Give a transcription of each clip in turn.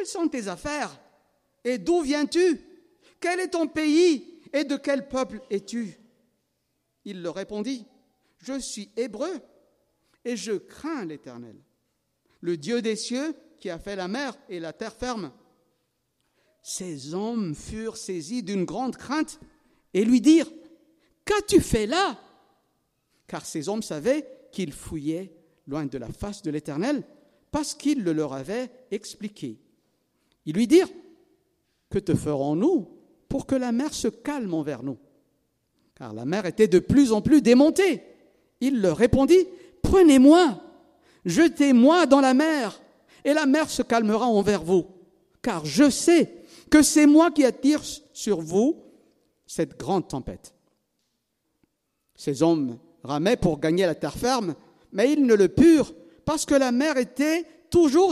sont tes affaires? Et d'où viens-tu? Quel est ton pays? Et de quel peuple es-tu? Il leur répondit, je suis hébreu et je crains l'Éternel, le Dieu des cieux qui a fait la mer et la terre ferme. Ces hommes furent saisis d'une grande crainte et lui dirent, qu'as-tu fait là? Car ces hommes savaient qu'ils fouillaient loin de la face de l'Éternel parce qu'il le leur avait expliqué. Ils lui dirent, que te ferons-nous pour que la mer se calme envers nous? Car la mer était de plus en plus démontée. Il leur répondit, prenez-moi, jetez-moi dans la mer, et la mer se calmera envers vous. Car je sais que c'est moi qui attire sur vous cette grande tempête. Ces hommes ramaient pour gagner la terre ferme, mais ils ne le purent, parce que la mer était toujours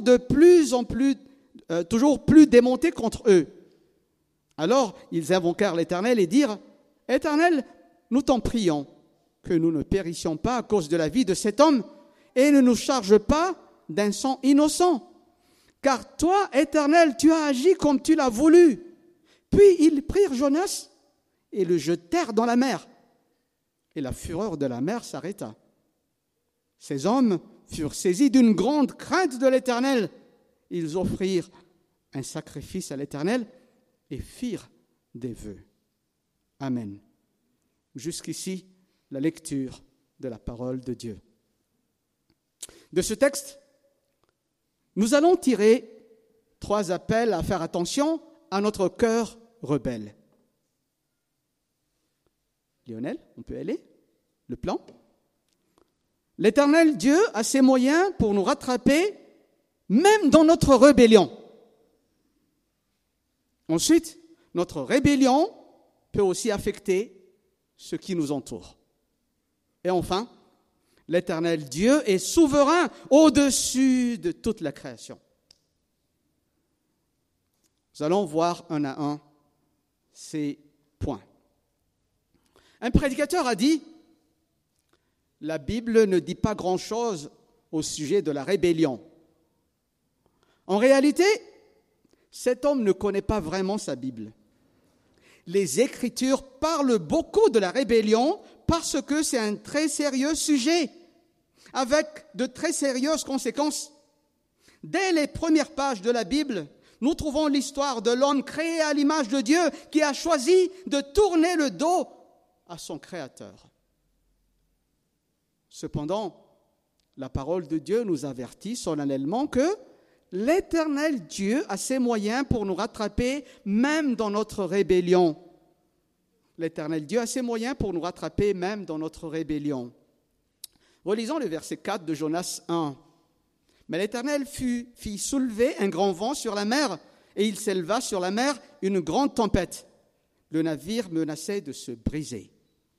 plus démontée contre eux. Alors ils invoquèrent l'Éternel et dirent, Éternel, nous t'en prions, que nous ne périssions pas à cause de la vie de cet homme, et ne nous charge pas d'un sang innocent. Car toi, Éternel, tu as agi comme tu l'as voulu. Puis ils prirent Jonas et le jetèrent dans la mer. Et la fureur de la mer s'arrêta. Ces hommes furent saisis d'une grande crainte de l'Éternel. Ils offrirent un sacrifice à l'Éternel et firent des vœux. Amen. Jusqu'ici, la lecture de la parole de Dieu. De ce texte, nous allons tirer 3 appels à faire attention à notre cœur rebelle. Lionel, on peut aller? Le plan? L'Éternel Dieu a ses moyens pour nous rattraper, même dans notre rébellion. Ensuite, notre rébellion peut aussi affecter ce qui nous entoure. Et enfin, l'Éternel Dieu est souverain au-dessus de toute la création. Nous allons voir un à un ces points. Un prédicateur a dit, la Bible ne dit pas grand-chose au sujet de la rébellion. En réalité, cet homme ne connaît pas vraiment sa Bible. Les Écritures parlent beaucoup de la rébellion parce que c'est un très sérieux sujet, avec de très sérieuses conséquences. Dès les premières pages de la Bible, nous trouvons l'histoire de l'homme créé à l'image de Dieu qui a choisi de tourner le dos à son Créateur. Cependant, la parole de Dieu nous avertit solennellement que l'Éternel Dieu a ses moyens pour nous rattraper même dans notre rébellion. L'Éternel Dieu a ses moyens pour nous rattraper même dans notre rébellion. Relisons le verset 4 de Jonas 1. Mais l'Éternel fit soulever un grand vent sur la mer, et il s'éleva sur la mer une grande tempête. Le navire menaçait de se briser.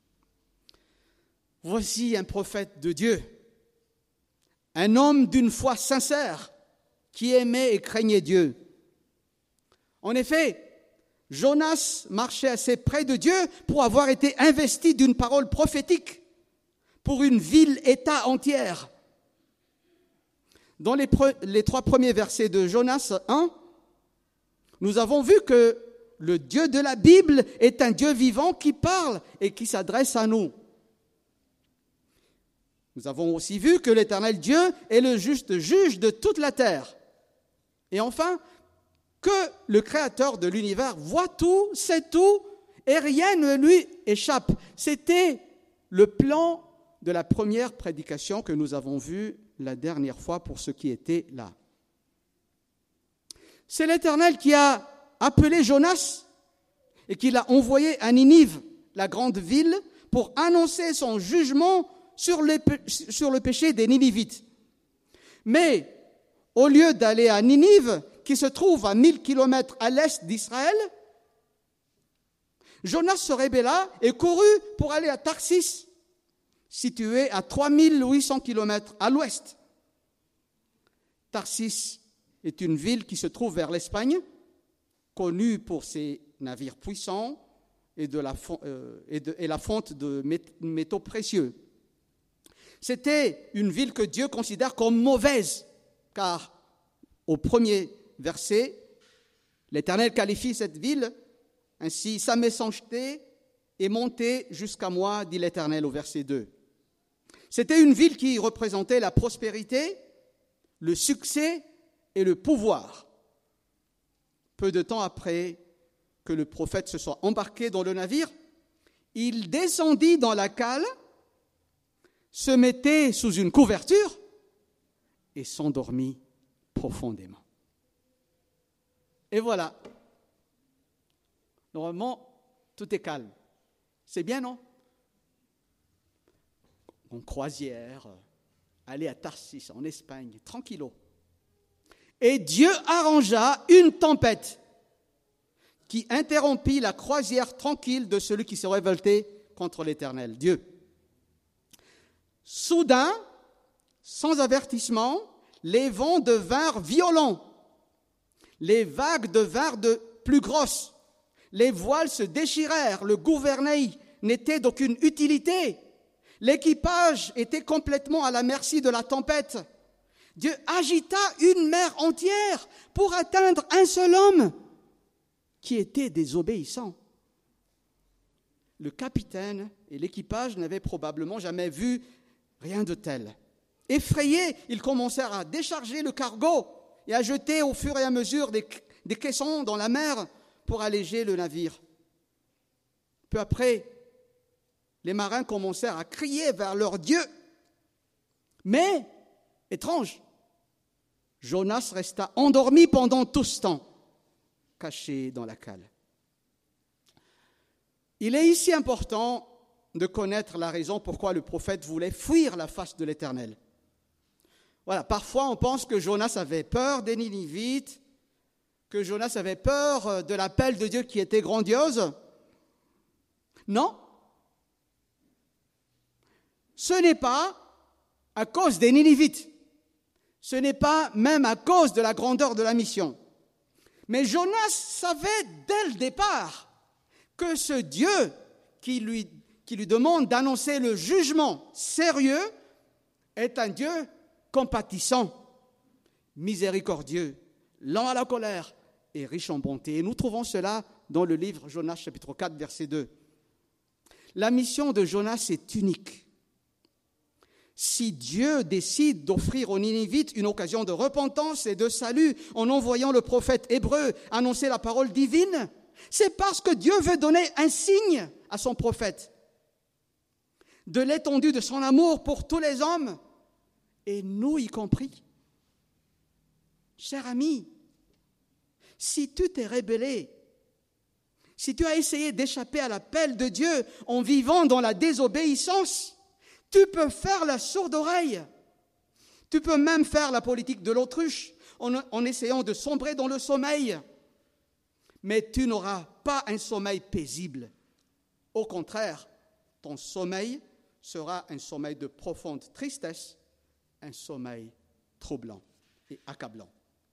Voici un prophète de Dieu, un homme d'une foi sincère, qui aimait et craignait Dieu. En effet, Jonas marchait assez près de Dieu pour avoir été investi d'une parole prophétique pour une ville-État entière. Dans les 3 premiers versets de Jonas 1, nous avons vu que le Dieu de la Bible est un Dieu vivant qui parle et qui s'adresse à nous. Nous avons aussi vu que l'Éternel Dieu est le juste juge de toute la terre. Et enfin, que le Créateur de l'univers voit tout, sait tout, et rien ne lui échappe. C'était le plan de la première prédication que nous avons vue la dernière fois pour ceux qui étaient là. C'est l'Éternel qui a appelé Jonas et qui l'a envoyé à Ninive, la grande ville, pour annoncer son jugement sur le péché des Ninivites. Mais au lieu d'aller à Ninive, qui se trouve à 1000 kilomètres à l'est d'Israël, Jonas se rébella et courut pour aller à Tarsis, situé à 3800 kilomètres à l'ouest. Tarsis est une ville qui se trouve vers l'Espagne, connue pour ses navires puissants et la fonte de métaux précieux. C'était une ville que Dieu considère comme mauvaise, car au premier verset, L'Éternel qualifie cette ville ainsi, sa méchanceté est montée jusqu'à moi, dit l'Éternel au verset 2. C'était une ville qui représentait la prospérité, le succès et le pouvoir. Peu de temps après que le prophète se soit embarqué dans le navire, il descendit dans la cale, se mettait sous une couverture et s'endormit profondément. Et voilà. Normalement, tout est calme. C'est bien, non? En croisière, aller à Tarsis, en Espagne, tranquillo. Et Dieu arrangea une tempête qui interrompit la croisière tranquille de celui qui se révoltait contre l'Éternel, Dieu. Soudain, sans avertissement, les vents devinrent violents. Les vagues devinrent de plus grosses. Les voiles se déchirèrent. Le gouvernail n'était d'aucune utilité. L'équipage était complètement à la merci de la tempête. Dieu agita une mer entière pour atteindre un seul homme qui était désobéissant. Le capitaine et l'équipage n'avaient probablement jamais vu rien de tel. Effrayés, ils commencèrent à décharger le cargo et à jeter au fur et à mesure des caissons dans la mer pour alléger le navire. Peu après, les marins commencèrent à crier vers leur Dieu. Mais, étrange, Jonas resta endormi pendant tout ce temps, caché dans la cale. Il est ici important de connaître la raison pourquoi le prophète voulait fuir la face de l'Éternel. Voilà, parfois on pense que Jonas avait peur des Ninivites, que Jonas avait peur de l'appel de Dieu qui était grandiose. Non, ce n'est pas à cause des Ninivites, ce n'est pas même à cause de la grandeur de la mission. Mais Jonas savait dès le départ que ce Dieu qui lui demande d'annoncer le jugement sérieux est un Dieu compatissant, miséricordieux, lent à la colère et riche en bonté. Et nous trouvons cela dans le livre Jonas chapitre 4 verset 2. La mission de Jonas est unique. Si Dieu décide d'offrir aux Ninivites une occasion de repentance et de salut en envoyant le prophète hébreu annoncer la parole divine, c'est parce que Dieu veut donner un signe à son prophète de l'étendue de son amour pour tous les hommes, et nous y compris. Cher ami, si tu t'es rebellé, si tu as essayé d'échapper à l'appel de Dieu en vivant dans la désobéissance, tu peux faire la sourde oreille. Tu peux même faire la politique de l'autruche en essayant de sombrer dans le sommeil. Mais tu n'auras pas un sommeil paisible. Au contraire, ton sommeil sera un sommeil de profonde tristesse, un sommeil troublant et accablant.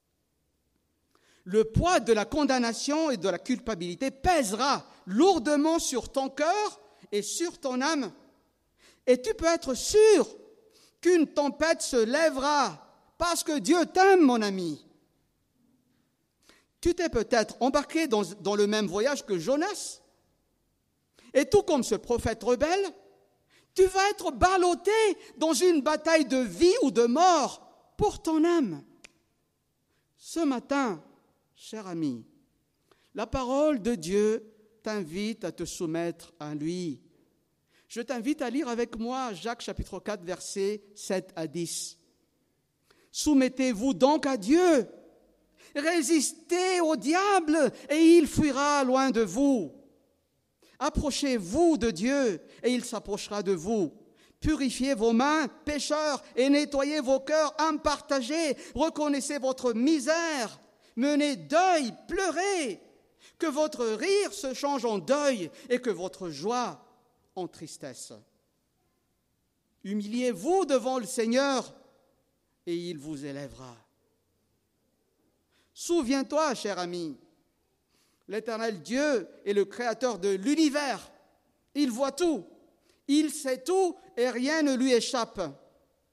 Le poids de la condamnation et de la culpabilité pèsera lourdement sur ton cœur et sur ton âme. Et tu peux être sûr qu'une tempête se lèvera parce que Dieu t'aime, mon ami. Tu t'es peut-être embarqué dans le même voyage que Jonas. Et tout comme ce prophète rebelle, tu vas être ballotté dans une bataille de vie ou de mort pour ton âme. Ce matin, cher ami, la parole de Dieu t'invite à te soumettre à lui. Je t'invite à lire avec moi Jacques chapitre 4, versets 7 à 10. Soumettez-vous donc à Dieu. Résistez au diable et il fuira loin de vous. Approchez-vous de Dieu et il s'approchera de vous. Purifiez vos mains, pécheurs, et nettoyez vos cœurs, âmes partagées. Reconnaissez votre misère. Menez deuil, pleurez. Que votre rire se change en deuil et que votre joie en tristesse. Humiliez-vous devant le Seigneur et il vous élèvera. Souviens-toi, cher ami, l'Éternel Dieu est le créateur de l'univers. Il voit tout, il sait tout et rien ne lui échappe.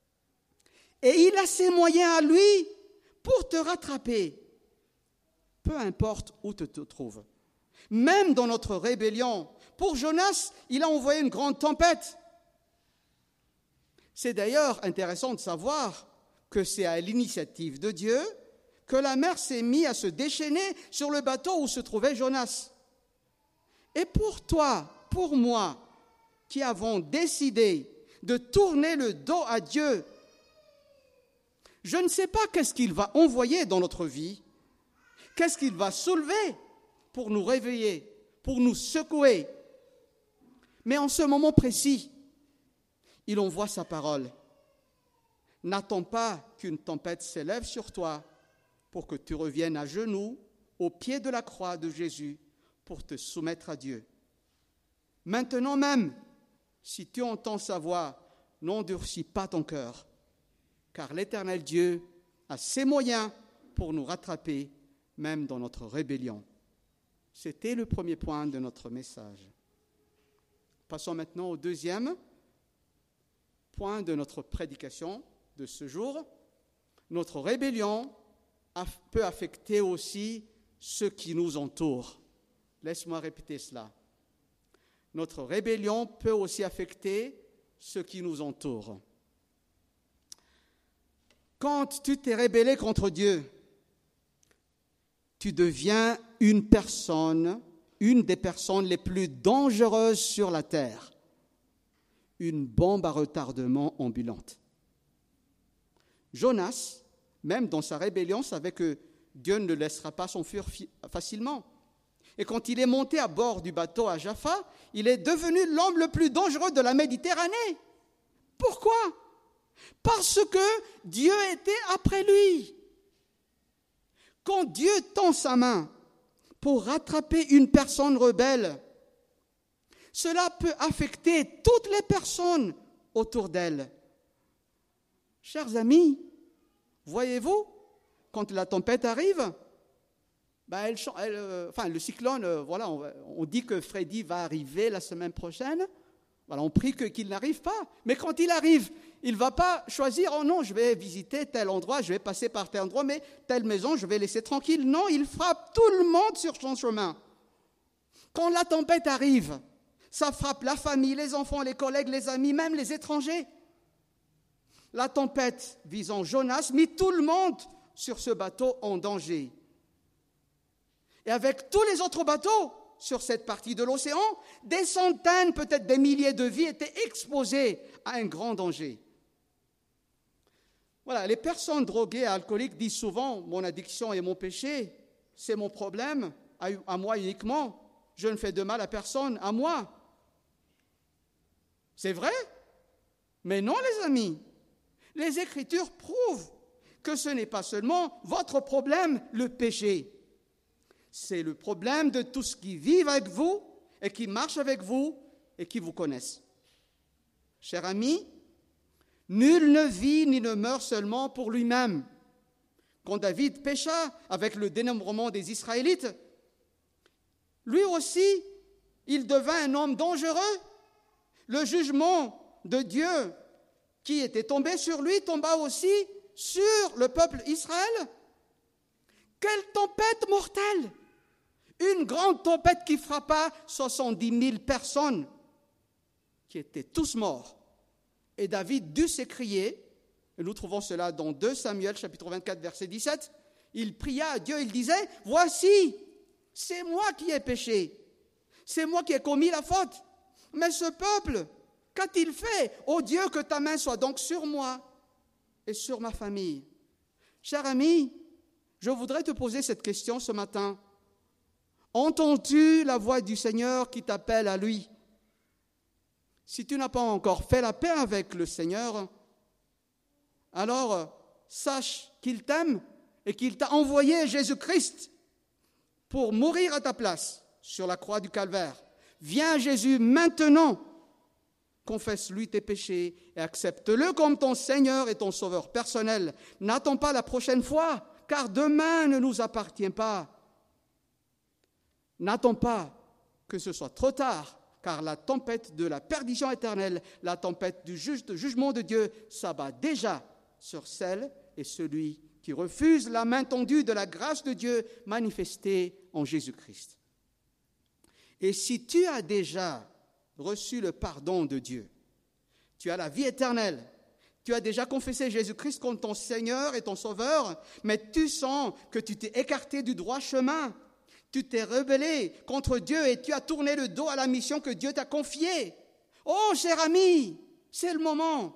Et il a ses moyens à lui pour te rattraper. peu importe où tu te trouves. Même dans notre rébellion, pour Jonas, il a envoyé une grande tempête. C'est d'ailleurs intéressant de savoir que c'est à l'initiative de Dieu que la mer s'est mise à se déchaîner sur le bateau où se trouvait Jonas. Et pour toi, pour moi, qui avons décidé de tourner le dos à Dieu, je ne sais pas qu'est-ce qu'il va envoyer dans notre vie, qu'est-ce qu'il va soulever pour nous réveiller, pour nous secouer. Mais en ce moment précis, il envoie sa parole. N'attends pas qu'une tempête s'élève sur toi pour que tu reviennes à genoux au pied de la croix de Jésus pour te soumettre à Dieu. Maintenant même, si tu entends sa voix, n'endurcis pas ton cœur, car l'Éternel Dieu a ses moyens pour nous rattraper, même dans notre rébellion. C'était le premier point de notre message. Passons maintenant au deuxième point de notre prédication de ce jour. Notre rébellion peut affecter aussi ceux qui nous entourent. Laisse-moi répéter cela. Notre rébellion peut aussi affecter ceux qui nous entourent. Quand tu t'es rébellé contre Dieu, tu deviens une des personnes les plus dangereuses sur la terre, une bombe à retardement ambulante. Jonas, même dans sa rébellion, savait que Dieu ne le laissera pas s'enfuir facilement. Et quand il est monté à bord du bateau à Jaffa, il est devenu l'homme le plus dangereux de la Méditerranée. Pourquoi ? Parce que Dieu était après lui. Quand Dieu tend sa main pour rattraper une personne rebelle, cela peut affecter toutes les personnes autour d'elle. Chers amis, voyez-vous, quand la tempête arrive, le cyclone, on dit que Freddy va arriver la semaine prochaine. Voilà, on prie qu'il n'arrive pas. Mais quand il arrive, il ne va pas choisir, oh non, je vais visiter tel endroit, je vais passer par tel endroit, mais telle maison, je vais laisser tranquille. Non, il frappe tout le monde sur son chemin. Quand la tempête arrive, ça frappe la famille, les enfants, les collègues, les amis, même les étrangers. La tempête visant Jonas mit tout le monde sur ce bateau en danger. Et avec tous les autres bateaux sur cette partie de l'océan, des centaines, peut-être des milliers de vies étaient exposées à un grand danger. Voilà, les personnes droguées et alcooliques disent souvent « mon addiction est mon péché, c'est mon problème, à moi uniquement, je ne fais de mal à personne, à moi ». C'est vrai? Mais non, les amis. Les Écritures prouvent que ce n'est pas seulement votre problème, le péché. C'est le problème de tous ceux qui vivent avec vous et qui marchent avec vous et qui vous connaissent. Chers amis, nul ne vit ni ne meurt seulement pour lui-même. Quand David pécha avec le dénombrement des Israélites, lui aussi, il devint un homme dangereux. Le jugement de Dieu qui était tombé sur lui tomba aussi sur le peuple Israël. Quelle tempête mortelle! Une grande tempête qui frappa 70 000 personnes, qui étaient tous morts. Et David dut s'écrier, et nous trouvons cela dans 2 Samuel, chapitre 24, verset 17, il pria à Dieu, il disait, « Voici, c'est moi qui ai péché, c'est moi qui ai commis la faute, mais ce peuple, qu'a-t-il fait? Ô Dieu, que ta main soit donc sur moi et sur ma famille. » Cher ami, je voudrais te poser cette question ce matin. Entends-tu la voix du Seigneur qui t'appelle à lui? Si tu n'as pas encore fait la paix avec le Seigneur, alors sache qu'il t'aime et qu'il t'a envoyé Jésus-Christ pour mourir à ta place sur la croix du Calvaire. Viens Jésus maintenant, confesse-lui tes péchés et accepte-le comme ton Seigneur et ton Sauveur personnel. N'attends pas la prochaine fois, car demain ne nous appartient pas. N'attends pas que ce soit trop tard, car la tempête de la perdition éternelle, la tempête du jugement de Dieu, s'abat déjà sur celle et celui qui refusent la main tendue de la grâce de Dieu manifestée en Jésus-Christ. Et si tu as déjà reçu le pardon de Dieu, tu as la vie éternelle, tu as déjà confessé Jésus-Christ comme ton Seigneur et ton Sauveur, mais tu sens que tu t'es écarté du droit chemin, tu t'es rebellé contre Dieu et tu as tourné le dos à la mission que Dieu t'a confiée. Oh, cher ami, c'est le moment.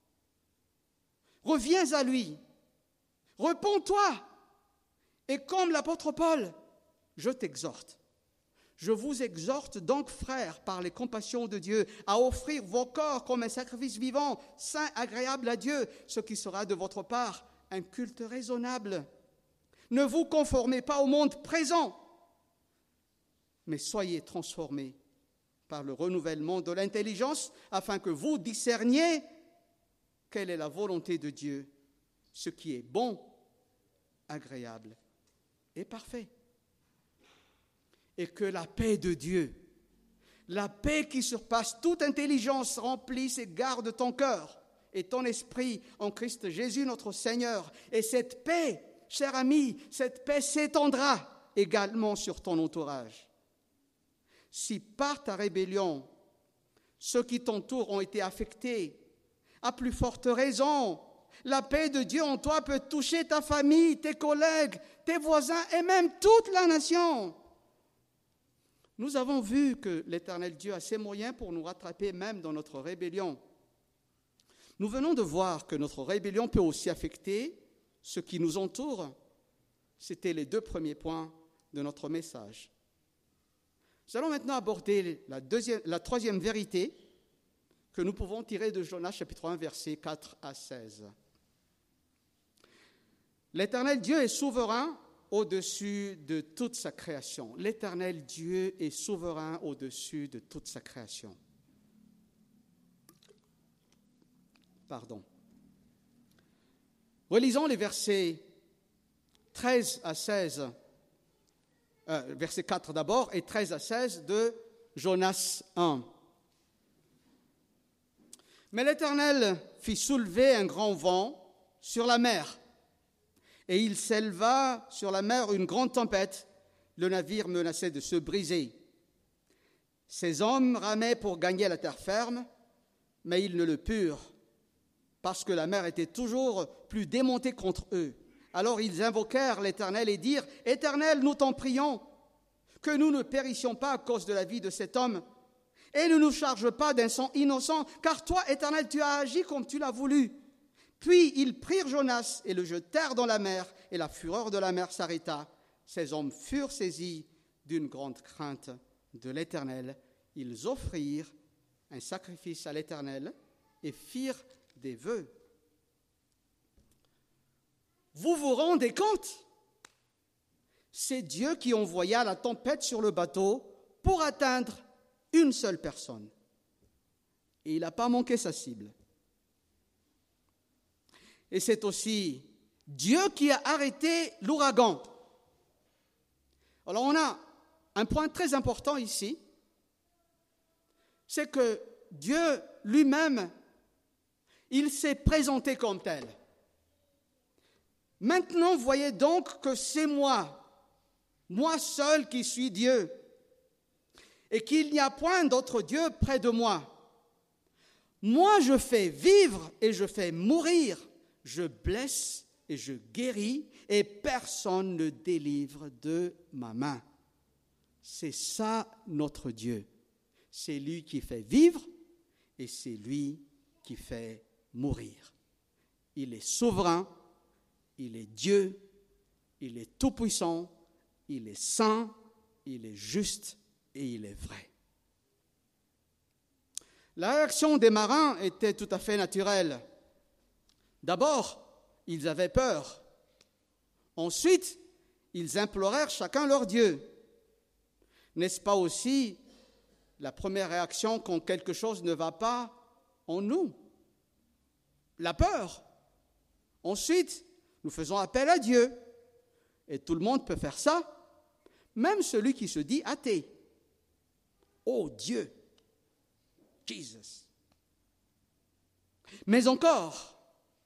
Reviens à lui. Repens-toi. Et comme l'apôtre Paul, je t'exhorte. Je vous exhorte donc, frères, par les compassions de Dieu, à offrir vos corps comme un sacrifice vivant, saint, agréable à Dieu, ce qui sera de votre part un culte raisonnable. Ne vous conformez pas au monde présent, mais soyez transformés par le renouvellement de l'intelligence, afin que vous discerniez quelle est la volonté de Dieu, ce qui est bon, agréable et parfait. Et que la paix de Dieu, la paix qui surpasse toute intelligence, remplisse et garde ton cœur et ton esprit en Christ Jésus notre Seigneur. Et cette paix, cher ami, cette paix s'étendra également sur ton entourage. Si par ta rébellion, ceux qui t'entourent ont été affectés, à plus forte raison, la paix de Dieu en toi peut toucher ta famille, tes collègues, tes voisins et même toute la nation. Nous avons vu que l'Éternel Dieu a ses moyens pour nous rattraper même dans notre rébellion. Nous venons de voir que notre rébellion peut aussi affecter ceux qui nous entourent. C'était les 2 premiers points de notre message. Nous allons maintenant aborder la troisième vérité que nous pouvons tirer de Jonas chapitre 1, versets 4 à 16. L'Éternel Dieu est souverain au-dessus de toute sa création. L'Éternel Dieu est souverain au-dessus de toute sa création. Relisons les versets 13 à 16, verset 4 d'abord et 13 à 16 de Jonas 1. Mais l'Éternel fit soulever un grand vent sur la mer, et il s'éleva sur la mer une grande tempête. Le navire menaçait de se briser. Ces hommes ramaient pour gagner la terre ferme, mais ils ne le purent, parce que la mer était toujours plus démontée contre eux. Alors ils invoquèrent l'Éternel et dirent : « Éternel, nous t'en prions, que nous ne périssions pas à cause de la vie de cet homme, et ne nous charge pas d'un sang innocent, car toi, Éternel, tu as agi comme tu l'as voulu. » Puis ils prirent Jonas et le jetèrent dans la mer, et la fureur de la mer s'arrêta. Ces hommes furent saisis d'une grande crainte de l'Éternel. Ils offrirent un sacrifice à l'Éternel et firent des vœux. Vous vous rendez compte ? C'est Dieu qui envoya la tempête sur le bateau pour atteindre une seule personne. Et il n'a pas manqué sa cible. Et c'est aussi Dieu qui a arrêté l'ouragan. Alors on a un point très important ici, c'est que Dieu lui-même, il s'est présenté comme tel. Maintenant, voyez donc que c'est moi seul qui suis Dieu, et qu'il n'y a point d'autre Dieu près de moi. Moi, je fais vivre et je fais mourir. Je blesse et je guéris, et personne ne délivre de ma main. C'est ça notre Dieu. C'est lui qui fait vivre et c'est lui qui fait mourir. Il est souverain, il est Dieu, il est tout-puissant, il est saint, il est juste et il est vrai. La réaction des marins était tout à fait naturelle. D'abord, ils avaient peur. Ensuite, ils implorèrent chacun leur Dieu. N'est-ce pas aussi la première réaction quand quelque chose ne va pas en nous? La peur. Ensuite, nous faisons appel à Dieu. Et tout le monde peut faire ça, même celui qui se dit athée. Oh Dieu, Jesus. Mais encore,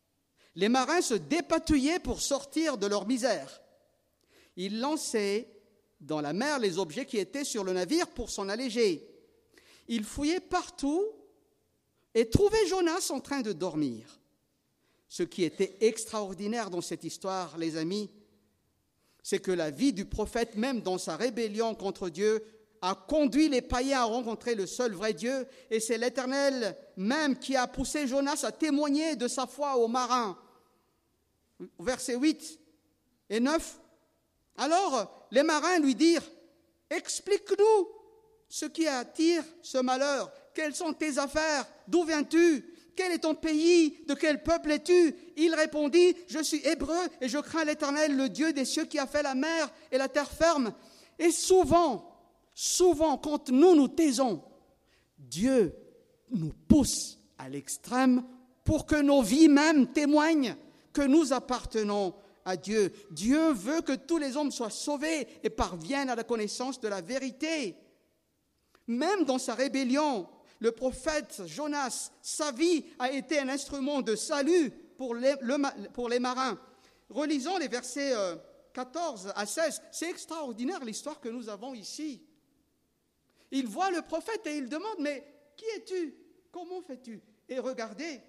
Les marins se dépatouillaient pour sortir de leur misère. Ils lançaient dans la mer les objets qui étaient sur le navire pour s'en alléger. Ils fouillaient partout et trouvaient Jonas en train de dormir. Ce qui était extraordinaire dans cette histoire, les amis, c'est que la vie du prophète, même dans sa rébellion contre Dieu, a conduit les païens à rencontrer le seul vrai Dieu, et c'est l'Éternel même qui a poussé Jonas à témoigner de sa foi aux marins. Versets 8 et 9. Alors, les marins lui dirent, « Explique-nous ce qui attire ce malheur. Quelles sont tes affaires? D'où viens-tu? Quel est ton pays? De quel peuple es-tu » Il répondit, « Je suis hébreu et je crains l'Éternel, le Dieu des cieux qui a fait la mer et la terre ferme. » Et souvent, quand nous nous taisons, Dieu nous pousse à l'extrême pour que nos vies même témoignent que nous appartenons à Dieu. Dieu veut que tous les hommes soient sauvés et parviennent à la connaissance de la vérité. Même dans sa rébellion, le prophète Jonas, sa vie a été un instrument de salut pour les marins. Relisons les versets 14 à 16. C'est extraordinaire l'histoire que nous avons ici. Il voit le prophète et il demande, « Mais qui es-tu? Comment fais-tu » Et regardez,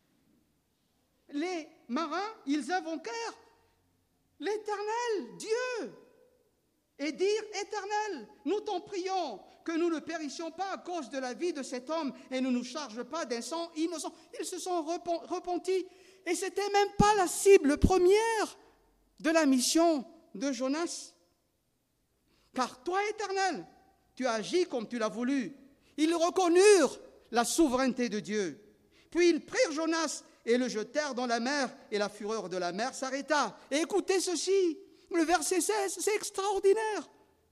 les marins, ils invoquèrent l'Éternel, Dieu, et dire, « Éternel, nous t'en prions, que nous ne périssions pas à cause de la vie de cet homme et ne nous charge pas d'un sang innocent. » Ils se sont repentis. Et ce n'était même pas la cible première de la mission de Jonas. Car toi, Éternel, tu as agi comme tu l'as voulu. Ils reconnurent la souveraineté de Dieu. Puis ils prirent Jonas et le jetèrent dans la mer, et la fureur de la mer s'arrêta. Et écoutez ceci, le verset 16, c'est extraordinaire.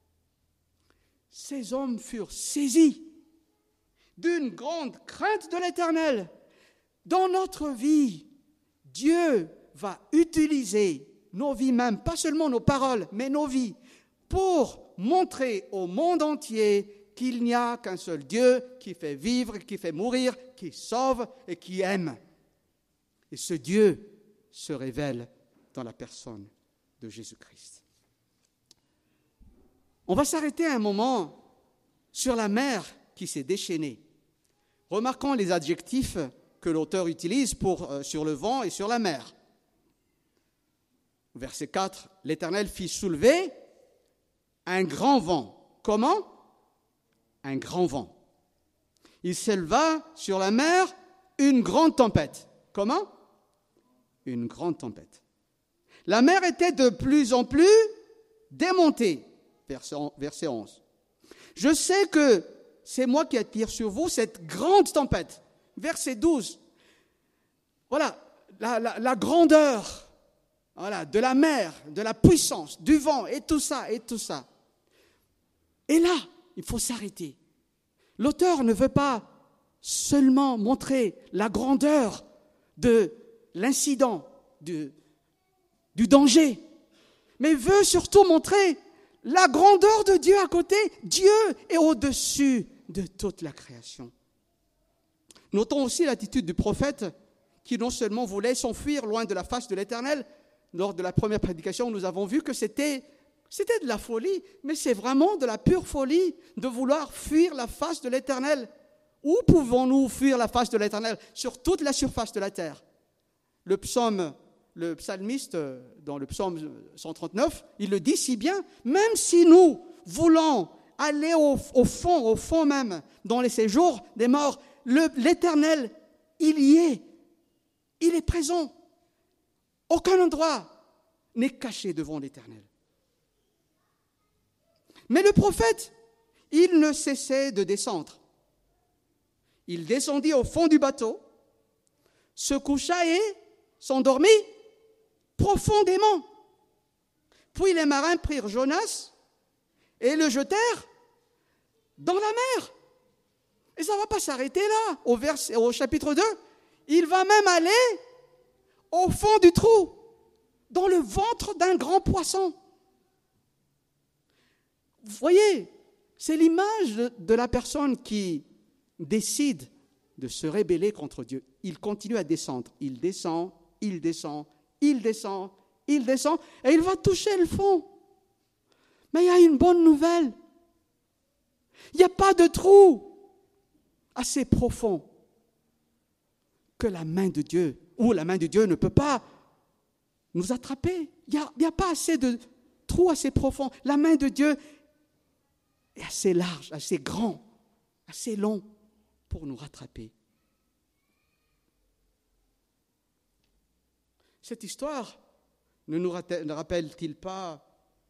Ces hommes furent saisis d'une grande crainte de l'Éternel. Dans notre vie, Dieu va utiliser nos vies même, pas seulement nos paroles, mais nos vies, pour montrer au monde entier qu'il n'y a qu'un seul Dieu qui fait vivre, qui fait mourir, qui sauve et qui aime. Et ce Dieu se révèle dans la personne de Jésus-Christ. On va s'arrêter un moment sur la mer qui s'est déchaînée. Remarquons les adjectifs que l'auteur utilise sur le vent et sur la mer. Verset 4, « L'Éternel fit soulever un grand vent. » Comment? Un grand vent. Il s'éleva sur la mer une grande tempête. Comment? Une grande tempête. La mer était de plus en plus démontée. Verset 11. « Je sais que c'est moi qui attire sur vous cette grande tempête. » Verset 12. Voilà, la grandeur de la mer, de la puissance, du vent, et tout ça, et tout ça. Et là, il faut s'arrêter. L'auteur ne veut pas seulement montrer la grandeur de l'incident, du danger, mais veut surtout montrer la grandeur de Dieu à côté. Dieu est au-dessus de toute la création. Notons aussi l'attitude du prophète qui non seulement voulait s'enfuir loin de la face de l'Éternel. Lors de la première prédication, nous avons vu que c'était de la folie, mais c'est vraiment de la pure folie de vouloir fuir la face de l'Éternel. Où pouvons-nous fuir la face de l'Éternel? Sur toute la surface de la terre. Le psalmiste, dans le psaume 139, il le dit si bien, même si nous voulons aller au fond même, dans les séjours des morts, l'Éternel, il y est. Il est présent. Aucun endroit n'est caché devant l'Éternel. Mais le prophète, il ne cessait de descendre. Il descendit au fond du bateau, se coucha et s'endormit profondément. Puis les marins prirent Jonas et le jetèrent dans la mer. Et ça ne va pas s'arrêter là, au chapitre 2. Il va même aller au fond du trou, dans le ventre d'un grand poisson. Vous voyez, c'est l'image de la personne qui décide de se rébeller contre Dieu. Il continue à descendre. Il descend, il descend, il descend, il descend, et il va toucher le fond. Mais il y a une bonne nouvelle. Il n'y a pas de trou assez profond que la main de Dieu, ou la main de Dieu ne peut pas nous attraper. Il n'y a pas assez de trou assez profond. La main de Dieu est assez large, assez grand, assez long pour nous rattraper. Cette histoire ne nous rappelle-t-elle pas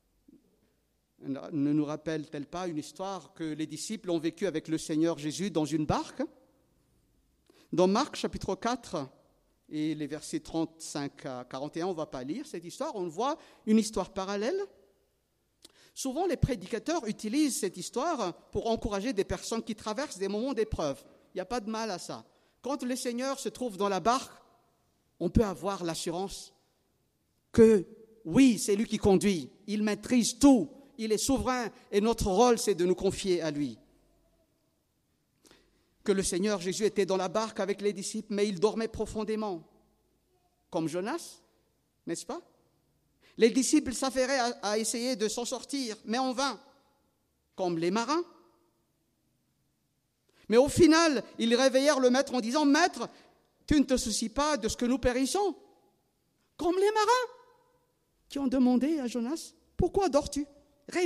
une histoire que les disciples ont vécue avec le Seigneur Jésus dans une barque? Dans Marc chapitre 4 et les versets 35 à 41, on ne va pas lire cette histoire, on voit une histoire parallèle. Souvent, les prédicateurs utilisent cette histoire pour encourager des personnes qui traversent des moments d'épreuve. Il n'y a pas de mal à ça. Quand le Seigneur se trouve dans la barque, on peut avoir l'assurance que, oui, c'est lui qui conduit, il maîtrise tout, il est souverain et notre rôle, c'est de nous confier à lui. Que le Seigneur Jésus était dans la barque avec les disciples, mais il dormait profondément, comme Jonas, n'est-ce pas? Les disciples s'affairaient à essayer de s'en sortir, mais en vain, comme les marins. Mais au final, ils réveillèrent le maître en disant « Maître, tu ne te soucies pas de ce que nous périssons ?» Comme les marins qui ont demandé à Jonas « Pourquoi dors-tu? Réveille-toi !»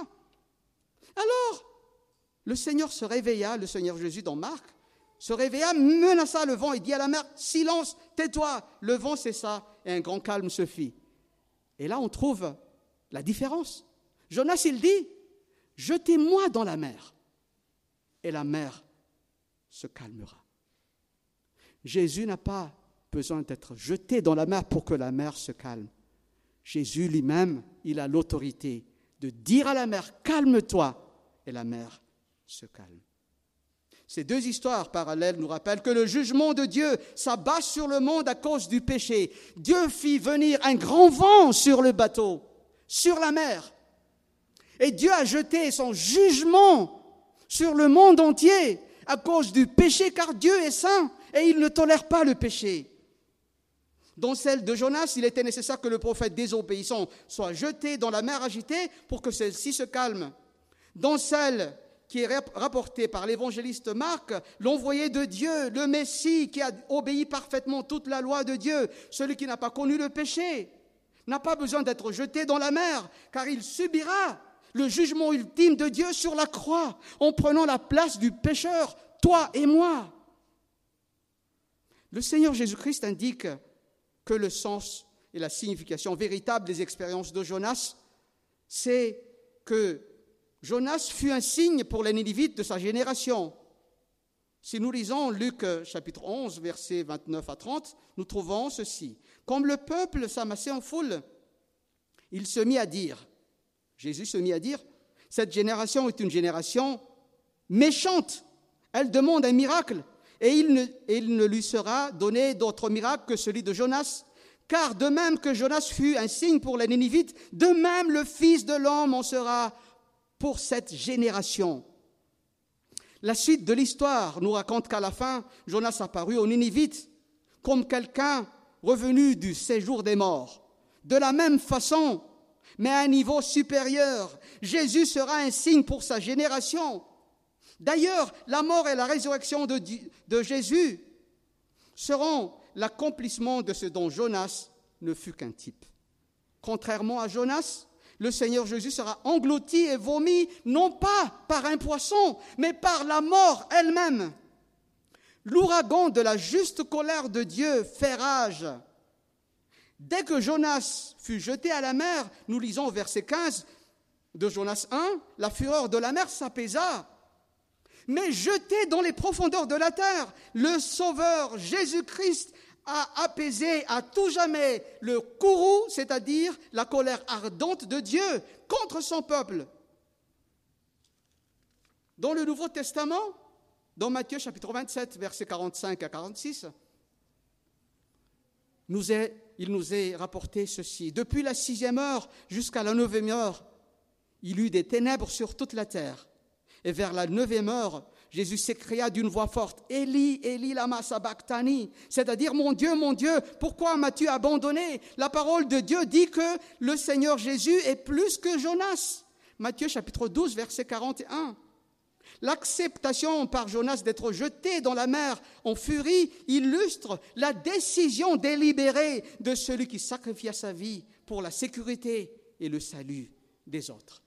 Alors, le Seigneur se réveilla, le Seigneur Jésus dans Marc, se réveilla, menaça le vent et dit à la mer « Silence, tais-toi !» Le vent cessa et un grand calme se fit. Et là, on trouve la différence. Jonas, il dit « Jetez-moi dans la mer, et la mer se calmera. » Jésus n'a pas besoin d'être jeté dans la mer pour que la mer se calme. Jésus lui-même, il a l'autorité de dire à la mer « Calme-toi » et la mer se calme. Ces deux histoires parallèles nous rappellent que le jugement de Dieu s'abat sur le monde à cause du péché. Dieu fit venir un grand vent sur le bateau, sur la mer. Et Dieu a jeté son jugement sur le monde entier à cause du péché, car Dieu est saint et il ne tolère pas le péché. Dans celle de Jonas, il était nécessaire que le prophète désobéissant soit jeté dans la mer agitée pour que celle-ci se calme. Dans celle qui est rapportée par l'évangéliste Marc, l'envoyé de Dieu, le Messie qui a obéi parfaitement toute la loi de Dieu, celui qui n'a pas connu le péché, n'a pas besoin d'être jeté dans la mer, car il subira le jugement ultime de Dieu sur la croix, en prenant la place du pécheur, toi et moi. Le Seigneur Jésus-Christ indique que le sens et la signification véritable des expériences de Jonas, c'est que Jonas fut un signe pour les Ninivites de sa génération. Si nous lisons Luc chapitre 11, versets 29 à 30, nous trouvons ceci. Comme le peuple s'amassait en foule, il se mit à dire, Jésus se mit à dire, cette génération est une génération méchante. Elle demande un miracle et il ne lui sera donné d'autre miracle que celui de Jonas. Car de même que Jonas fut un signe pour les Ninivites, de même le Fils de l'homme en sera pour cette génération. La suite de l'histoire nous raconte qu'à la fin, Jonas apparut aux Ninivites comme quelqu'un revenu du séjour des morts. De la même façon, mais à un niveau supérieur, Jésus sera un signe pour sa génération. D'ailleurs, la mort et la résurrection de Jésus seront l'accomplissement de ce dont Jonas ne fut qu'un type. Contrairement à Jonas, le Seigneur Jésus sera englouti et vomi, non pas par un poisson, mais par la mort elle-même. L'ouragan de la juste colère de Dieu fait rage. Dès que Jonas fut jeté à la mer, nous lisons au verset 15 de Jonas 1, la fureur de la mer s'apaisa. Mais jeté dans les profondeurs de la terre, le Sauveur Jésus-Christ a apaisé à tout jamais le courroux, c'est-à-dire la colère ardente de Dieu contre son peuple. Dans le Nouveau Testament, dans Matthieu chapitre 27, versets 45 à 46, il nous est rapporté ceci. Depuis la 6e heure jusqu'à la 9e heure, il y eut des ténèbres sur toute la terre. Et vers la 9e heure, Jésus s'écria d'une voix forte, « Élie, Élie, lama sabachthani » c'est-à-dire, mon Dieu, pourquoi m'as-tu abandonné ?» La parole de Dieu dit que le Seigneur Jésus est plus que Jonas. Matthieu chapitre 12, verset 41. L'acceptation par Jonas d'être jeté dans la mer en furie illustre la décision délibérée de celui qui sacrifia sa vie pour la sécurité et le salut des autres.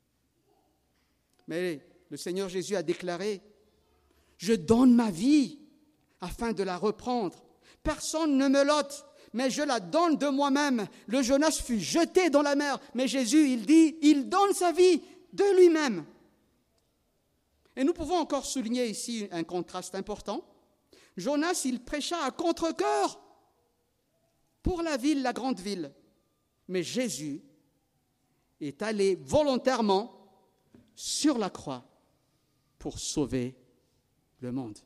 Mais le Seigneur Jésus a déclaré « Je donne ma vie afin de la reprendre. Personne ne me l'ôte, mais je la donne de moi-même. » Le Jonas fut jeté dans la mer, mais Jésus, il dit, il donne sa vie de lui-même. Et nous pouvons encore souligner ici un contraste important. Jonas, il prêcha à contre-cœur pour la ville, la grande ville. Mais Jésus est allé volontairement sur la croix pour sauver le monde.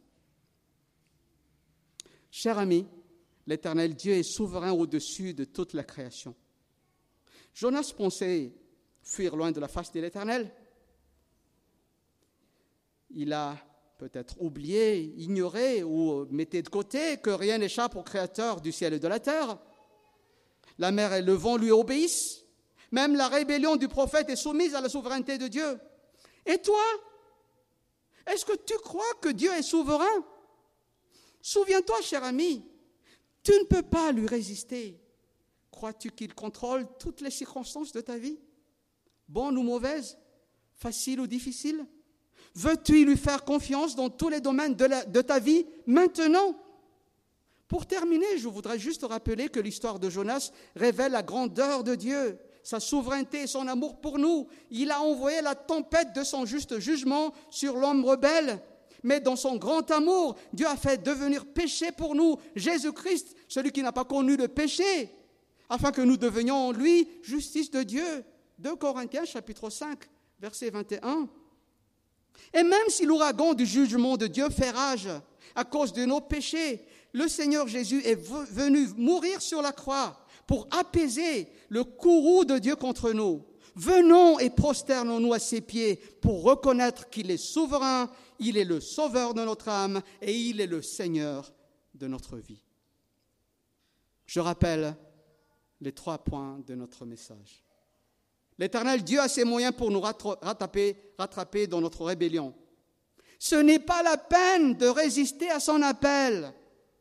Chers amis, l'Éternel Dieu est souverain au-dessus de toute la création. Jonas pensait fuir loin de la face de l'Éternel. Il a peut-être oublié, ignoré ou mettait de côté que rien n'échappe au Créateur du ciel et de la terre. La mer et le vent lui obéissent. Même la rébellion du prophète est soumise à la souveraineté de Dieu. Et toi, est-ce que tu crois que Dieu est souverain? Souviens-toi, cher ami, tu ne peux pas lui résister. Crois-tu qu'il contrôle toutes les circonstances de ta vie? Bonnes ou mauvaises? Faciles ou difficiles? Veux-tu lui faire confiance dans tous les domaines de ta vie maintenant? Pour terminer, je voudrais juste rappeler que l'histoire de Jonas révèle la grandeur de Dieu, sa souveraineté et son amour pour nous. Il a envoyé la tempête de son juste jugement sur l'homme rebelle. Mais dans son grand amour, Dieu a fait devenir péché pour nous Jésus-Christ, celui qui n'a pas connu le péché, afin que nous devenions en lui justice de Dieu. 2 Corinthiens chapitre 5, verset 21. Et même si l'ouragan du jugement de Dieu fait rage à cause de nos péchés, le Seigneur Jésus est venu mourir sur la croix pour apaiser le courroux de Dieu contre nous. Venons et prosternons-nous à ses pieds pour reconnaître qu'il est souverain, il est le sauveur de notre âme et il est le Seigneur de notre vie. Je rappelle les 3 points de notre message. L'Éternel Dieu a ses moyens pour nous rattraper dans notre rébellion. Ce n'est pas la peine de résister à son appel.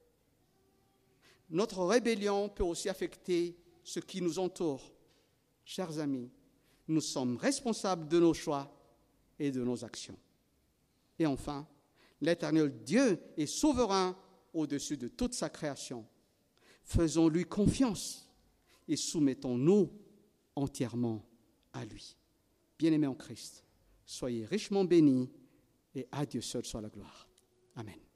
Notre rébellion peut aussi affecter ce qui nous entoure. Chers amis, nous sommes responsables de nos choix et de nos actions. Et enfin, l'Éternel Dieu est souverain au-dessus de toute sa création. Faisons-lui confiance et soumettons-nous entièrement à lui. Bien-aimés en Christ, soyez richement bénis et à Dieu seul soit la gloire. Amen.